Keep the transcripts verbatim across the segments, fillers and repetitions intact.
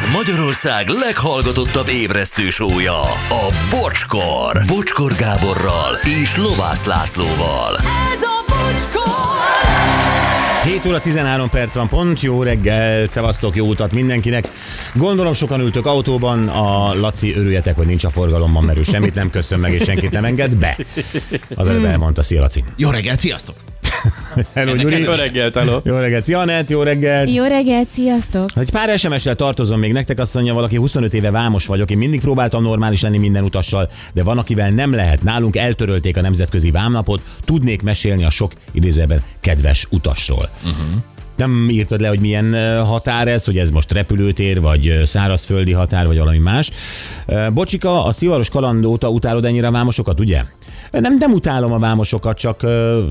Ez Magyarország leghallgatottabb ébresztő show-ja, a Bocskor. Bocskor Gáborral és Lovász Lászlóval. Ez a Bocskor! hét óra tizenhárom perc van pont, jó reggel, szevasztok, jó utat mindenkinek. Gondolom sokan ültök autóban, a Laci, örüljetek, hogy nincs a forgalomban, mert ő semmit nem köszön meg, és senkit nem enged be. Az előbb elmondta, szia Laci. Jó reggelt, sziasztok! Hello, Gyuri. Jó reggelt, hello. Jó reggelt, szia Anett, jó reggelt. Jó reggelt, sziasztok! Egy pár es em es-rel tartozom még nektek, azt mondja valaki, huszonöt éve vámos vagyok, én mindig próbáltam normális lenni minden utassal, de van, akivel nem lehet. Nálunk eltörölték a nemzetközi vámnapot, tudnék mesélni a sok idézőben kedves utasról. Uh-huh. Nem írtad le, hogy milyen határ ez, hogy ez most repülőtér, vagy szárazföldi határ, vagy valami más. Bocsika, a szivaros kaland óta utálod ennyire a vámosokat, ugye? Nem, nem utálom a vámosokat, csak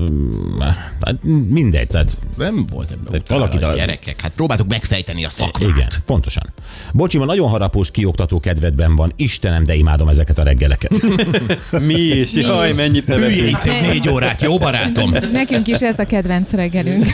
uh, mindegy. Tehát, nem volt ebben valaki a gyerekek. Hát próbáltuk megfejteni a szakmát. Igen, pontosan. Bocsima, nagyon harapós, kioktató kedvedben van. Istenem, de imádom ezeket a reggeleket. Mi is? Mi Jaj, is. mennyit nevetünk. Itt négy órát, jó barátom. Nekünk is ez a kedvenc reggelünk.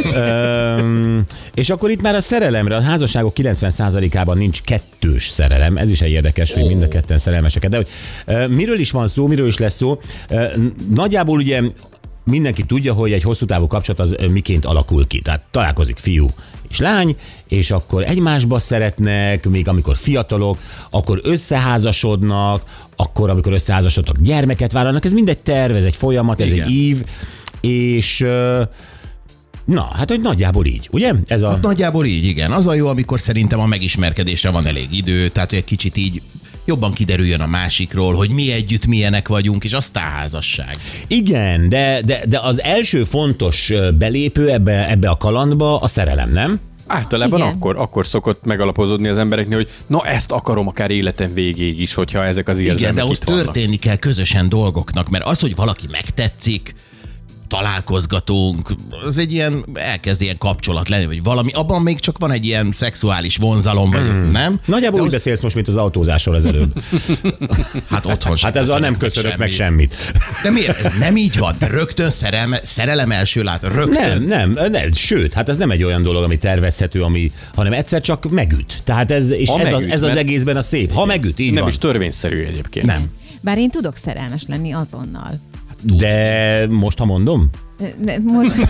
Üm, és akkor itt már a szerelemre, a házasságok kilencven százalékában nincs kettős szerelem. Ez is egy érdekes, hogy mind a ketten szerelmesek. De hogy uh, miről is van szó, miről is lesz szó? Uh, nagyjából ugye mindenki tudja, hogy egy hosszú távú kapcsolat az miként alakul ki. Tehát találkozik fiú és lány, és akkor egymásba szeretnek, még amikor fiatalok, akkor összeházasodnak, akkor amikor összeházasodnak, gyermeket vállalnak. Ez mind egy terv, ez egy folyamat, ez Igen. egy ív, és uh, na, hát hogy nagyjából így, ugye? Ez a... Hát nagyjából így, igen. Az a jó, amikor szerintem a megismerkedésre van elég idő, tehát hogy egy kicsit így jobban kiderüljön a másikról, hogy mi együtt milyenek vagyunk, és aztán házasság. Igen, de, de, de az első fontos belépő ebbe, ebbe a kalandba a szerelem, nem? Általában Igen. akkor, akkor szokott megalapozódni az embereknél, hogy na ezt akarom akár életem végéig is, hogyha ezek az érzelmek Igen, de ahhoz itt vannak. történni kell közösen dolgoknak, mert az, hogy valaki megtetszik, találkozgatunk, az egy ilyen, elkezd ilyen kapcsolat lenni, vagy valami, abban még csak van egy ilyen szexuális vonzalom, vagy mm. nem? Nagyjából De úgy az... beszélsz most, mint az autózásról az előbb. Hát otthon sem Hát ez a nem köszönök köszönök meg semmit. De miért? Ez nem így van, de rögtön szerelme, szerelem első lát, rögtön. Nem, nem, nem, sőt, hát ez nem egy olyan dolog, ami tervezhető, ami, hanem egyszer csak megüt. Tehát ez, és Ha ez, megüt, az, ez az mert- egészben a szép. Ha megüt, így Nem van. is törvényszerű egyébként. Nem. Bár én tudok szerelmes lenni azonnal. De most, ha mondom? De most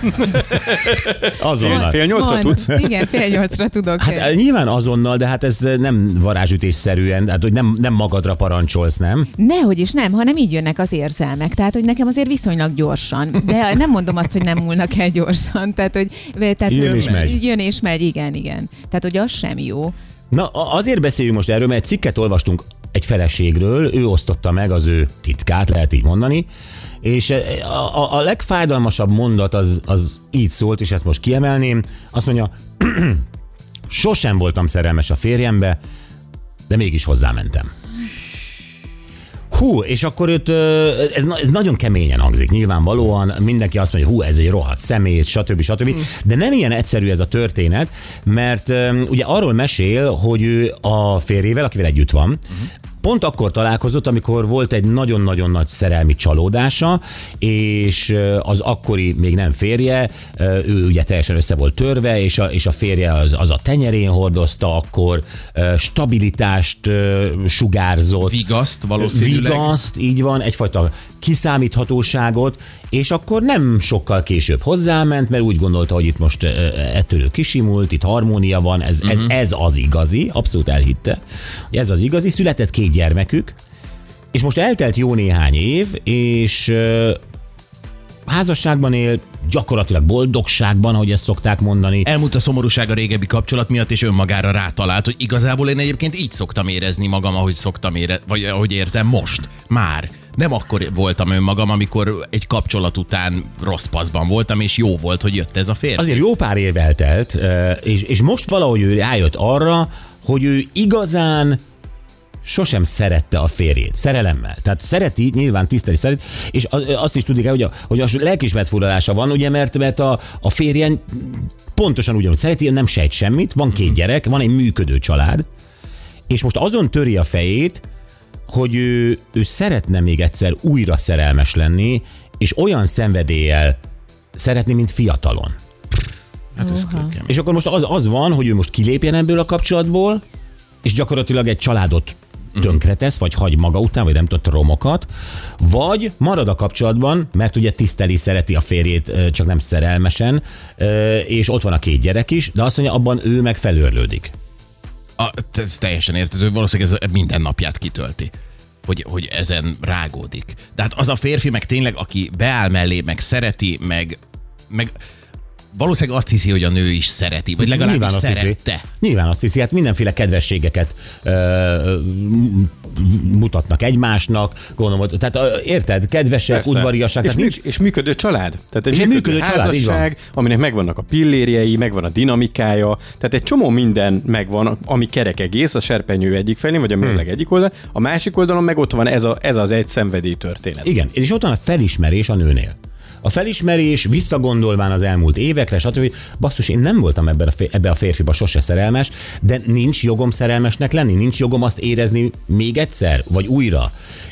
Azonnal. Fél nyolcra mond. tudsz? Igen, fél nyolcra tudok. Hát nyilván azonnal, de hát ez nem varázsütésszerűen, hát hogy nem, nem magadra parancsolsz, nem? Nehogy is nem, hanem így jönnek az érzelmek. Tehát, hogy nekem azért viszonylag gyorsan. De nem mondom azt, hogy nem múlnak el gyorsan. Tehát, hogy tehát, Jön és megy. Jön és megy, igen, igen. Tehát, hogy az sem jó. Na, a- azért beszéljünk most erről, mert egy cikket olvastunk egy feleségről, ő osztotta meg az ő titkát, lehet így mondani, és a, a, a legfájdalmasabb mondat az, az így szólt, és ezt most kiemelném, azt mondja, sosem voltam szerelmes a férjembe, de mégis hozzámentem. Hú, és akkor őt, ö, ez, na- ez nagyon keményen hangzik, nyilvánvalóan, mindenki azt mondja, hú, ez egy rohadt szemét, stb. stb. De nem ilyen egyszerű ez a történet, mert ö, ugye arról mesél, hogy ő a férjével, akivel együtt van, uh-huh. pont akkor találkozott, amikor volt egy nagyon-nagyon nagy szerelmi csalódása, és az akkori még nem férje, ő ugye teljesen össze volt törve, és a, és a férje az, az a tenyerén hordozta, akkor stabilitást sugárzott. Vigaszt valószínűleg. Vigaszt, így van, egyfajta kiszámíthatóságot, és akkor nem sokkal később hozzáment, mert úgy gondolta, hogy itt most ettől ő kisimult, itt harmónia van, ez, uh-huh. ez, ez az igazi, abszolút elhitte, hogy ez az igazi, született két gyermekük, és most eltelt jó néhány év, és uh, házasságban él, gyakorlatilag boldogságban, ahogy ezt szokták mondani. Elmúlt a szomorúság a régebbi kapcsolat miatt, és önmagára rátalált, hogy igazából én egyébként így szoktam érezni magam, ahogy szoktam érezni, vagy ahogy érzem most. Már. Nem akkor voltam önmagam, amikor egy kapcsolat után rossz paszban voltam, és jó volt, hogy jött ez a férfi. Azért jó pár év eltelt, és, és most valahogy ő rájött arra, hogy ő igazán sosem szerette a férjét, szerelemmel. Tehát szereti, nyilván tiszteli, szeret, és azt is tudni kell, hogy a, hogy a lelkiismeret furadása van, ugye, mert, mert a, a férjen pontosan ugyanúgy szereti, nem sejt semmit, van két gyerek, van egy működő család, és most azon töri a fejét, hogy ő, ő szeretne még egyszer újra szerelmes lenni, és olyan szenvedéllyel szeretni, mint fiatalon. Hát ez kőkemény. És akkor most az, az van, hogy ő most kilépjen ebből a kapcsolatból, és gyakorlatilag egy családot tönkretesz, vagy hagy maga után, vagy nem tudod, romokat, vagy marad a kapcsolatban, mert ugye tiszteli, szereti a férjét, csak nem szerelmesen, és ott van a két gyerek is, de azt mondja, abban ő meg felőrlődik. A, ez teljesen értető, valószínűleg ez minden napját kitölti. Hogy, hogy ezen rágódik. De hát az a férfi meg tényleg, aki beáll mellé, meg szereti, meg, meg valószínűleg azt hiszi, hogy a nő is szereti, vagy legalábbis Nyilván azt szerette. Hiszi. Nyilván azt hiszi, hát mindenféle kedvességeket ö, mutatnak egymásnak, gondolom, tehát ö, érted, kedvesek, Persze. udvariasak. És, Tehát mű, nincs... és működő család. Tehát egy És egy működő, működő család, így házasság, aminek megvannak a pillérjei, megvan a dinamikája, tehát egy csomó minden megvan, ami kerek egész, a serpenyő egyik felén, vagy a mérleg hmm. egyik oldal, a másik oldalon meg ott van ez, a, ez az egy szenvedély történet. Igen, és ott van a felismerés a nőnél. A felismerés, visszagondolván az elmúlt évekre, stb. Basszus, én nem voltam ebben a, fér, ebbe a férfiba sose szerelmes, de nincs jogom szerelmesnek lenni, nincs jogom azt érezni még egyszer, vagy újra.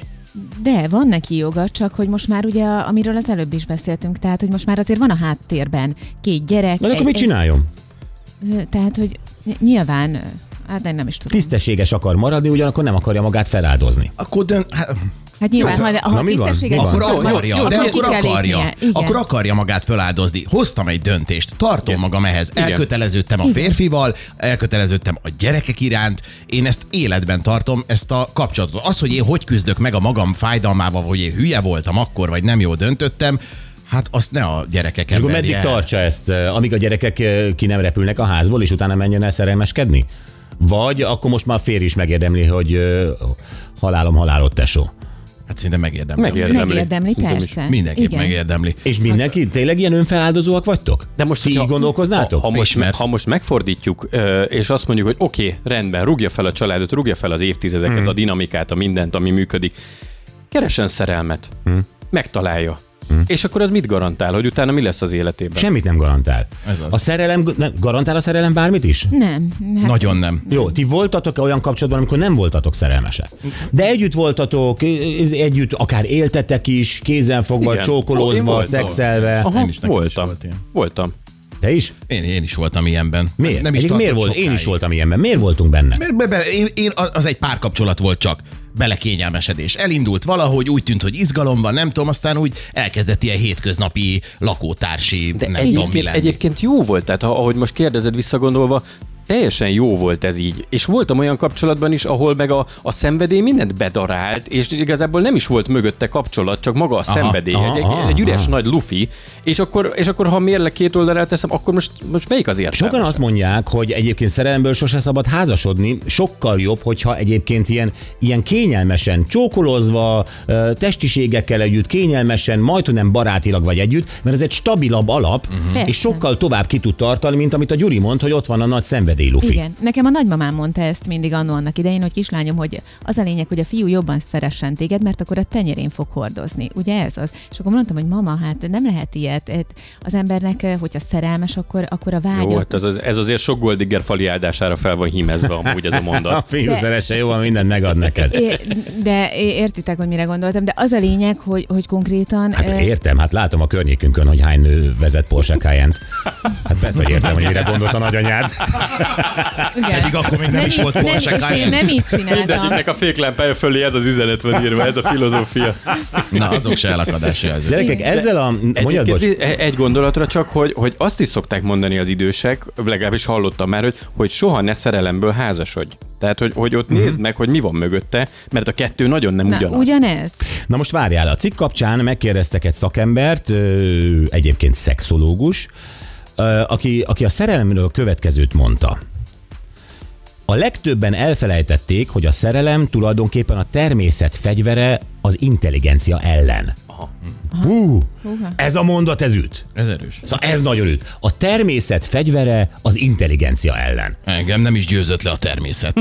De van neki joga, csak hogy most már ugye, amiről az előbb is beszéltünk, tehát hogy most már azért van a háttérben két gyerek. Na, akkor mit csináljon? Egy, tehát, hogy nyilván, hát én nem is tudom. Tisztességes akar maradni, ugyanakkor nem akarja magát feláldozni. Akkor dön... Hát, Hát nyilván, ha, ha Na, mi van? tisztességes... Mi van? akkor Jó, akarja, jó, jó, de ki akkor kell akarja. lépnie. Igen. Akkor akarja magát feláldozni. Hoztam egy döntést, tartom Igen. magam ehhez. Igen. Elköteleződtem a Igen. férfival, elköteleződtem a gyerekek iránt. Én ezt életben tartom, ezt a kapcsolatot. Az, hogy én hogy küzdök meg a magam fájdalmával, hogy én hülye voltam akkor, vagy nem jól döntöttem, hát azt ne a gyerekek És akkor emberje meddig el. tartsa ezt, amíg a gyerekek ki nem repülnek a házból, és utána menjen el szerelmeskedni? Vagy akkor most már a férj is megérdemli, hogy ö, halálom halálod, tesó. Hát szinte megérdemli. Megérdemli. Megérdemli, Szerintem is. persze. Mindenképp Igen. megérdemli. És mindenki, tényleg ilyen önfeláldozóak vagytok? De most, ti így hogyha- gondolkoznátok? Ha, ha, most, Ismersz. ha most megfordítjuk, ö, és azt mondjuk, hogy oké, okay, rendben, rúgja fel a családot, rúgja fel az évtizedeket, hmm. a dinamikát, a mindent, ami működik. Keressen szerelmet. Hmm. Megtalálja. Hmm. És akkor az mit garantál, hogy utána mi lesz az életében? Semmit nem garantál. Ez az. A szerelem, nem, garantál a szerelem bármit is? Nem. Hát, Nagyon nem. Jó, ti voltatok olyan kapcsolatban, amikor nem voltatok szerelmesek. De együtt voltatok, együtt akár éltetek is, kézenfogva, Igen. Én csókolózva, voltam. szexelve. Aha, Én is, nekem is voltam. volt ilyen. Voltam. Te is? Én, én is voltam ilyenben. Miért? Nem is Egyébként miért tartott volt? Én is sokáig. voltam ilyenben. Miért voltunk benne? Mert be, be, én, én, az egy párkapcsolat volt csak. Belekényelmesedés. Elindult valahogy, úgy tűnt, hogy izgalom van, nem tudom, aztán úgy elkezdett ilyen hétköznapi lakótársi, De nem tudom mi egyébként, lenni. egyébként jó volt, tehát ha, ahogy most kérdezed visszagondolva, teljesen jó volt ez így. És voltam olyan kapcsolatban is, ahol meg a, a szenvedély mindent bedarált, és igazából nem is volt mögötte kapcsolat, csak maga a aha, szenvedély. aha, egy, aha, egy üres aha. nagy lufi, és akkor, és akkor ha mérleg két oldalra teszem, akkor most, most melyik az értelmes? Sokan azt mondják, hogy egyébként szerelemből sose szabad házasodni, sokkal jobb, hogyha egyébként ilyen, ilyen kényelmesen, csókolozva, ö, testiségekkel együtt, kényelmesen, majd nem barátilag vagy együtt, mert ez egy stabilabb alap, uh-huh. és sokkal tovább ki tud tartani, mint amit a Gyuri mond, hogy ott van a nagy szenvedélylufi. Igen. Nekem a nagymamám mondta ezt mindig annó annak idején, hogy kislányom, hogy az a lényeg, hogy a fiú jobban szeressen téged, mert akkor a tenyerén fog hordozni. Ugye ez az? És akkor mondtam, hogy mama, hát nem lehet ilyet. Az embernek, hogyha szerelmes, akkor, akkor a vágya. Jó, hát ez, az, ez azért sok Goldigger fali áldására fel van hímezve amúgy ez a A mondat. fiú De- szeresse, jó, van, mindent megad neked. É, de értitek, hogy mire gondoltam, de az a lényeg, hogy, hogy konkrétan... Hát ö, értem, hát látom a környékünkön, hogy hány nő vezet Porsche Cayenne-t. Hát persze, hogy értem, hogy mire gondolt a nagyanyád. igen. Pedig akkor még nem is volt Porsche nem, és én Cayenne. nem így csináltam. Mindegyiknek a féklámpája fölé ez az üzenet van írva, ez a filozófia. Na, azok se elakadásra ezek. Gyerekek, ezzel a... Mondjad, bocs. Egyébként egy gondolatra csak, hogy, hogy azt is szokták mondani az idősek, legalábbis hallottam már, hogy, hogy soha ne szerelemből házasodj. Tehát, hogy, hogy ott nézd meg, hogy mi van mögötte, mert a kettő nagyon nem Na, ugyanaz. ugyanez. Na most várjál, a cikk kapcsán megkérdeztek egy szakembert, ö, egyébként szexológus, ö, aki, aki a szerelemről a következőt mondta. A legtöbben elfelejtették, hogy a szerelem tulajdonképpen a természet fegyvere az intelligencia ellen. Hú, ez a mondat, ez üt. Ez erős. Szóval ez nagyon üt. A természet fegyvere az intelligencia ellen. Engem nem is győzött le a természet.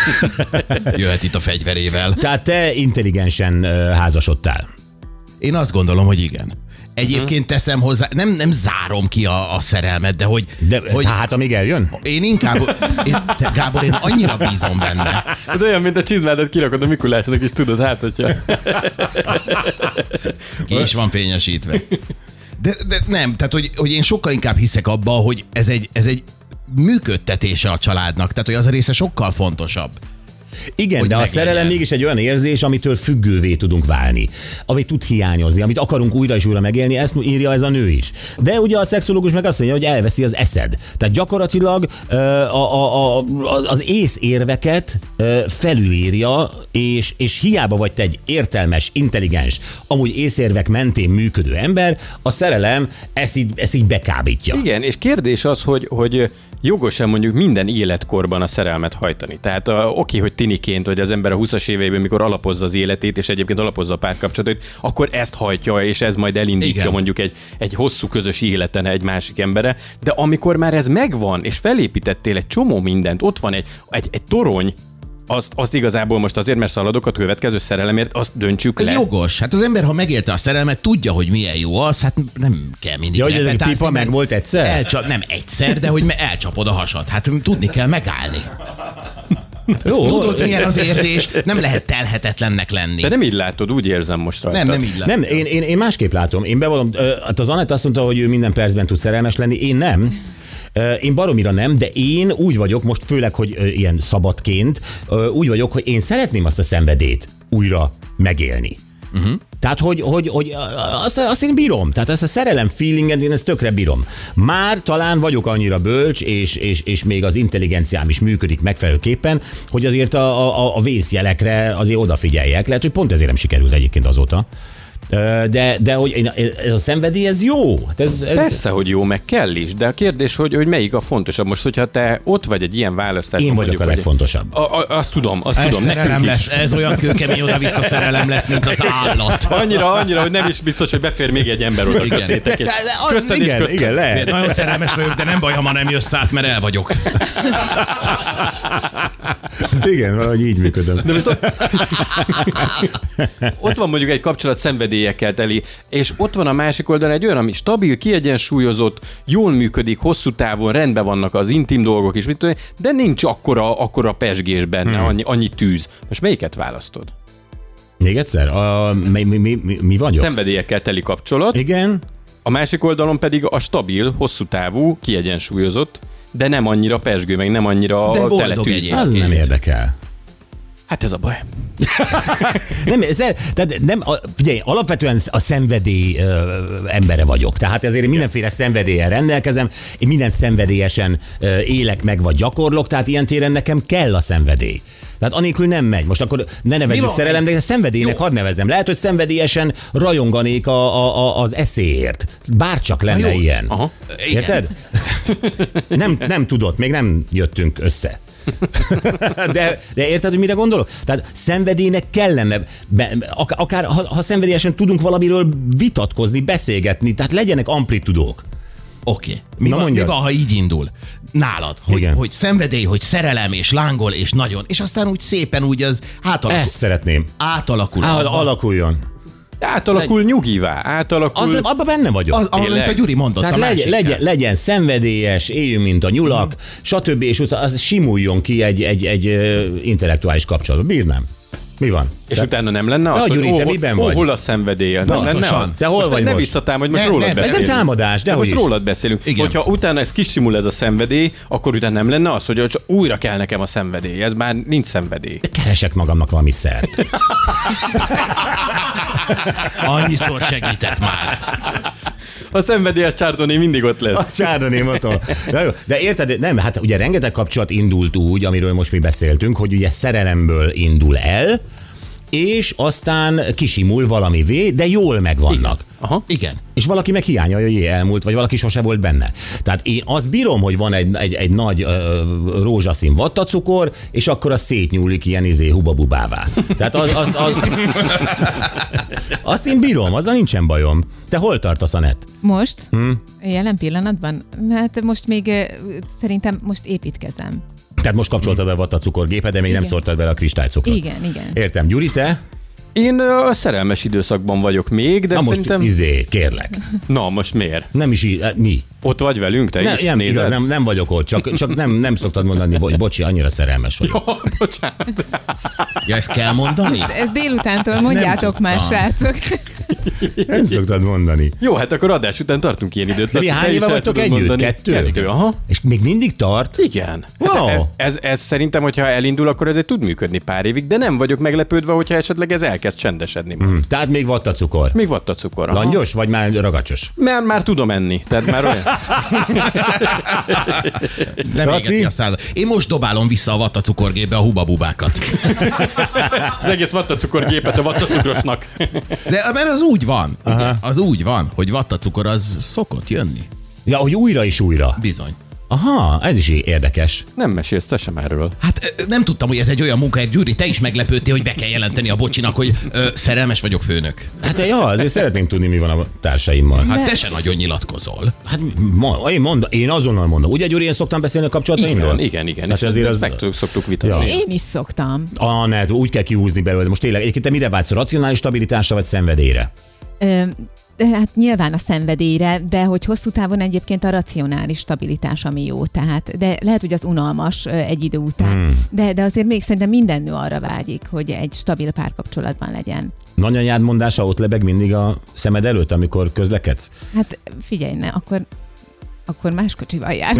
Jöhet itt a fegyverével. Tehát te intelligensen ö, házasodtál. Én azt gondolom, hogy igen. Egyébként teszem hozzá, nem, nem zárom ki a, a szerelmet, de hogy... De hogy hát amíg eljön? én inkább, én, te, Gábor, én annyira bízom benne. Ez olyan, mint a csizmádat kirakod a Mikulásnak is, tudod, hát, hogyha... Ki is van fényesítve. De, de nem, tehát hogy, hogy én sokkal inkább hiszek abba, hogy ez egy, ez egy működtetése a családnak, tehát hogy az a része sokkal fontosabb. Igen, hogy de a meglegyen. szerelem mégis egy olyan érzés, amitől függővé tudunk válni, amit tud hiányozni, amit akarunk újra és újra megélni, ezt írja ez a nő is. De ugye a szexológus meg azt mondja, hogy elveszi az eszed. Tehát gyakorlatilag a, a, a, az észérveket felülírja, és, és hiába vagy te egy értelmes, intelligens, amúgy észérvek mentén működő ember, a szerelem ezt így, ezt így bekábítja. Igen, és kérdés az, hogy, hogy jogos-e mondjuk minden életkorban a szerelmet hajtani. Tehát oké, okay, hogy tiniként, vagy az ember a húszas éveiben, mikor alapozza az életét, és egyébként alapozza a párkapcsolatot, akkor ezt hajtja, és ez majd elindítja Igen. mondjuk egy, egy hosszú közös életen egy másik emberre. De amikor már ez megvan, és felépítettél egy csomó mindent, ott van egy, egy, egy torony, Azt, azt igazából most azért, mert szaladok a következő szerelemért, azt döntsük Ez le. jogos. Hát az ember, ha megélte a szerelmet, tudja, hogy milyen jó az, hát nem kell mindig Ja, hogy ez egy repetázni, pipa meg volt egyszer? Elcsa- nem egyszer, de hogy me- elcsapod a hasad. Hát tudni kell megállni. Jó, Tudod, milyen az érzés, nem lehet telhetetlennek lenni. De nem így látod, úgy érzem most rajta. Nem, nem így lehet. Nem, én, én, én másképp látom. Én bevallom, ö, hát az Anett azt mondta, hogy ő minden percben tud szerelmes lenni, én nem. Ö, Én baromira nem, de én úgy vagyok, most főleg, hogy ö, ilyen szabadként, ö, úgy vagyok, hogy én szeretném azt a szenvedélyt újra megélni. Uh-huh. Tehát, hogy, hogy, hogy azt, azt én bírom. Tehát ezt a szerelem feelinget én ezt tökre bírom. Már talán vagyok annyira bölcs, és, és, és még az intelligenciám is működik megfelelőképpen, hogy azért a, a, a vészjelekre azért odafigyeljek. Lehet, hogy pont ezért nem sikerült egyébként azóta. De, de hogy én, ez a szenvedély, ez jó. Hát ez, ez... Persze, hogy jó, meg kell is, de a kérdés, hogy, hogy melyik a fontosabb. Most, hogyha te ott vagy egy ilyen választáson. Én vagyok a legfontosabb. A, a, azt tudom, azt Ez tudom. szerelem nekünk lesz, is. ez olyan kőkemény oda-vissza szerelem lesz, mint az állat. Annyira, annyira, hogy nem is biztos, hogy befér még egy ember oda Igen. közétek. És közted és Igen, közted. igen, lehet. Nagyon szerelmes vagyok, de nem baj, ha ma nem jössz át, mert el vagyok. Igen, valahogy így működöm. De most ott... ott van mondjuk egy kapcsolat szenvedélyekkel teli, és ott van a másik oldalon egy olyan, ami stabil, kiegyensúlyozott, jól működik, hosszú távon, rendben vannak az intim dolgok is, mit tudom, de nincs akkora, akkora pezsgés benne, hmm. annyi, annyi tűz. Most melyiket választod? Még egyszer? A, mi, mi, mi, mi, mi vagyok? Szenvedélyekkel teli kapcsolat, Igen. a másik oldalon pedig a stabil, hosszú távú, kiegyensúlyozott, de nem annyira pezsgő, meg nem annyira De boldog teletűz. egyébként. Az nem érdekel. Hát ez a baj. Nem, ez, tehát nem, a, figyelj, alapvetően a szenvedély ö, embere vagyok. Tehát ezért én mindenféle szenvedéllyel rendelkezem, én mindent szenvedélyesen ö, élek meg, vagy gyakorlok, tehát ilyen téren nekem kell a szenvedély. Tehát anélkül nem megy. Most akkor ne nevezzük szerelem, de szenvedélynek hadd nevezem. Lehet, hogy szenvedélyesen rajonganék a, a, a, az eszéért. Bárcsak lenne jó. ilyen. Aha. Érted? Nem, nem tudod, még nem jöttünk össze. De, de érted, hogy mire gondolok? Tehát szenvedélynek kellene, be, akár ha, ha szenvedélyesen tudunk valamiről vitatkozni, beszélgetni, tehát legyenek amplitudók. Oké. Okay. Mi, Na van, mi mondjad. van, ha így indul? Nálad, hogy, Igen. hogy szenvedély, hogy szerelem, és lángol, és nagyon, és aztán úgy szépen úgy az átalakul. Ezt szeretném. Átalakul. Á, abba. alakuljon. Átalakul nyugivá, átalakul... Az, abban benne vagyok. Az, ahogy Tényleg? a Gyuri mondott, Tehát a legyen, másik. legyen, legyen szenvedélyes, éljünk, mint a nyulak, mm. stb. És utána az simuljon ki egy, egy, egy ö, intellektuális kapcsolatba. Bírnám. Mi van? És utána nem lenne az, Ja, Gyuri, hogy te ó, miben ó, vagy? hol a szenvedélye? Nem lenne Pontosan. az? Te hol most vagy ne most? visszatám, hogy most Ne, rólad ne, beszélünk. Ez nem támadás, de De most hogy is. rólad beszélünk. Igen. Hogyha utána ez kisimul ez a szenvedély, akkor utána nem lenne az, hogy csak újra kell nekem a szenvedély. Ez már nincs szenvedély. Keresek magamnak valami szert. Annyiszor segített már. A szenvedélyes Chardonnay mindig ott A lesz. Chardonnay motor. De, jó. De érted, nem, hát ugye rengeteg kapcsolat indult úgy, amiről most mi beszéltünk, hogy ugye szerelemből indul el, és aztán kisimul valamivé, de jól megvannak. Aha. Igen. És valaki meg hiányolja, hogy jé, elmúlt, vagy valaki sose volt benne. Tehát én azt bírom, hogy van egy, egy, egy nagy ö, rózsaszín vattacukor, és akkor az szétnyúlik ilyen izé hubabubává. Tehát az, az, az, azt én bírom, azzal nincsen bajom. Te hol tartasz, Anett? Most? Hmm. Jelen pillanatban? Hát most még ö, szerintem most építkezem. Tehát most kapcsoltad be a vattacukorgépet, de még Igen. nem szórtad bele a kristálycukrot. Igen, igen. Értem. Gyuri, te? Én ö, a szerelmes időszakban vagyok még, de Na most szerintem... izé, kérlek. Na, most miért? Nem is így, mi? Ott vagy velünk, te Ne, is nem, nézed? igaz, nem, nem vagyok ott, csak, csak nem, nem szoktad mondani, hogy bocsi, annyira szerelmes vagyok. Jó, bocsánat. Ja, ezt kell mondani? Ez délutántól mondjátok már, tudtam. srácok. Nem szoktad mondani. Jó, hát akkor adás után tartunk ilyen időt. De mi hány éve vagytok együtt? Kettő? Kettő, aha. És még mindig tart? Igen. Wow. Hát ez, ez, ez szerintem, hogyha elindul, akkor ez egy tud működni pár évig, de nem vagyok meglepődve, hogyha esetleg ez elkezd csendesedni. Hmm. Tehát még vattacukor. Még vattacukor. aha. Langyos, vagy már ragacsos? Már, már tudom enni, tehát már olyan. Nem Laci? égeti a szádat. Én most dobálom vissza a vattacukorgépbe a hubabubákat. Az egész vattacukorgépet a vattacukrosnak. De mert az úgy van. Igen, az úgy van, hogy vattacukor az szokott jönni. Ja, hogy újra is újra. Bizony. Aha, ez is érdekes. Nem mesélsz te sem erről. Hát ö, nem tudtam, hogy ez egy olyan munka, Gyuri, te is meglepődtél, hogy be kell jelenteni a bocsinak, hogy ö, szerelmes vagyok, főnök. Hát ja, azért szeretném tudni, mi van a társaimmal. Hát te se nagyon nyilatkozol. Hát ma, én, mond, én azonnal mondom. Ugye, Gyuri, én szoktam beszélni a kapcsolataimról? Igen, igen, igen. Hát És azért ezt az... meg tudjuk- szoktuk vitatni. Ja. Én is szoktam. Ah, ne, úgy kell kihúzni belőle. Most tényleg, egyébként te mire vágysz? A racionális stabilitásra vagy szenvedélyre? Ö, de hát nyilván a szenvedélyre, de hogy hosszú távon egyébként a racionális stabilitás, ami jó. Tehát, de lehet, hogy az unalmas ö, egy idő után, hmm. de, de azért még szerintem minden nő arra vágyik, hogy egy stabil párkapcsolatban legyen. Nagyanyád mondása ott lebeg mindig a szemed előtt, amikor közlekedsz? Hát figyelj, ne, akkor akkor más kocsival járni.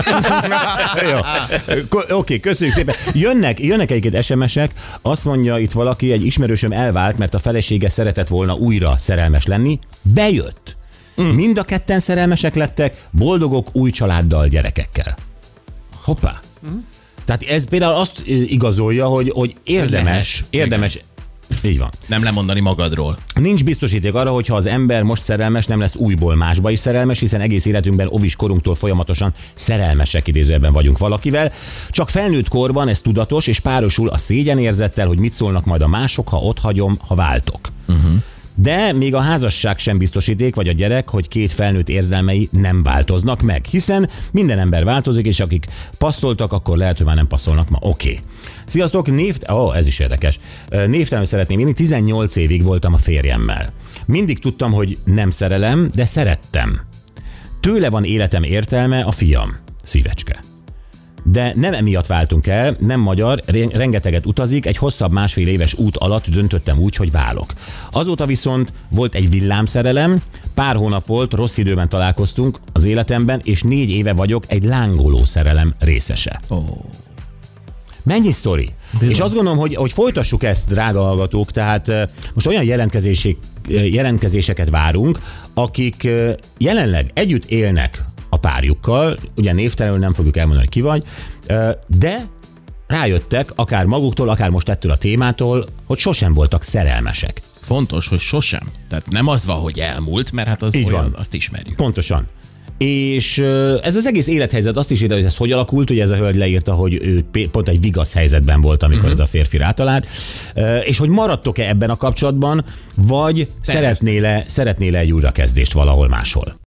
Jó. Ko- Oké, köszönjük szépen. Jönnek, jönnek egyébként es em es-ek, azt mondja itt valaki, egy ismerősöm elvált, mert a felesége szeretett volna újra szerelmes lenni. Bejött. Mm. Mind a ketten szerelmesek lettek, boldogok, új családdal, gyerekekkel. Hoppá. Mm. Tehát ez például azt igazolja, hogy, hogy érdemes, Lehet. érdemes, így van. Nem lemondani magadról. Nincs biztosíték arra, hogy ha az ember most szerelmes, nem lesz újból másba is szerelmes, hiszen egész életünkben ovis korunktól folyamatosan szerelmesek idézőben vagyunk valakivel. Csak felnőtt korban ez tudatos, és párosul a szégyenérzettel, hogy mit szólnak majd a mások, ha otthagyom, ha váltok. Uh-huh. De még a házasság sem biztosíték, vagy a gyerek, hogy két felnőtt érzelmei nem változnak meg, hiszen minden ember változik, és akik passzoltak, akkor lehet, hogy már nem passzolnak ma. Oké. Okay. Sziasztok, név... oh, ez is érdekes. Névtelenül szeretném írni, tizennyolc évig voltam a férjemmel. Mindig tudtam, hogy nem szerelem, de szerettem. Tőle van életem értelme, a fiam. Szívecske. De nem emiatt váltunk el, nem magyar, rengeteget utazik, egy hosszabb másfél éves út alatt döntöttem úgy, hogy válok. Azóta viszont volt egy villámszerelem, pár hónap volt, rossz időben találkoztunk az életemben, és négy éve vagyok egy lángoló szerelem részese. Oh. Mennyi sztori? Billy. És azt gondolom, hogy, hogy folytassuk ezt, drága hallgatók, tehát most olyan jelentkezések, jelentkezéseket várunk, akik jelenleg együtt élnek a párjukkal, ugye névtelenül nem fogjuk elmondani, hogy ki vagy, de rájöttek, akár maguktól, akár most ettől a témától, hogy sosem voltak szerelmesek. Fontos, hogy sosem. Tehát nem az van, hogy elmúlt, mert hát az így olyan, van. Azt ismerjük. Pontosan. És ez az egész élethelyzet azt is írta, hogy ez hogy alakult, ugye ez a hölgy leírta, hogy ő pont egy vigasz helyzetben volt, amikor uh-huh. ez a férfi rátalált, és hogy maradtok-e ebben a kapcsolatban, vagy szeretnél-e, szeretnél-e egy újrakezdést valahol máshol?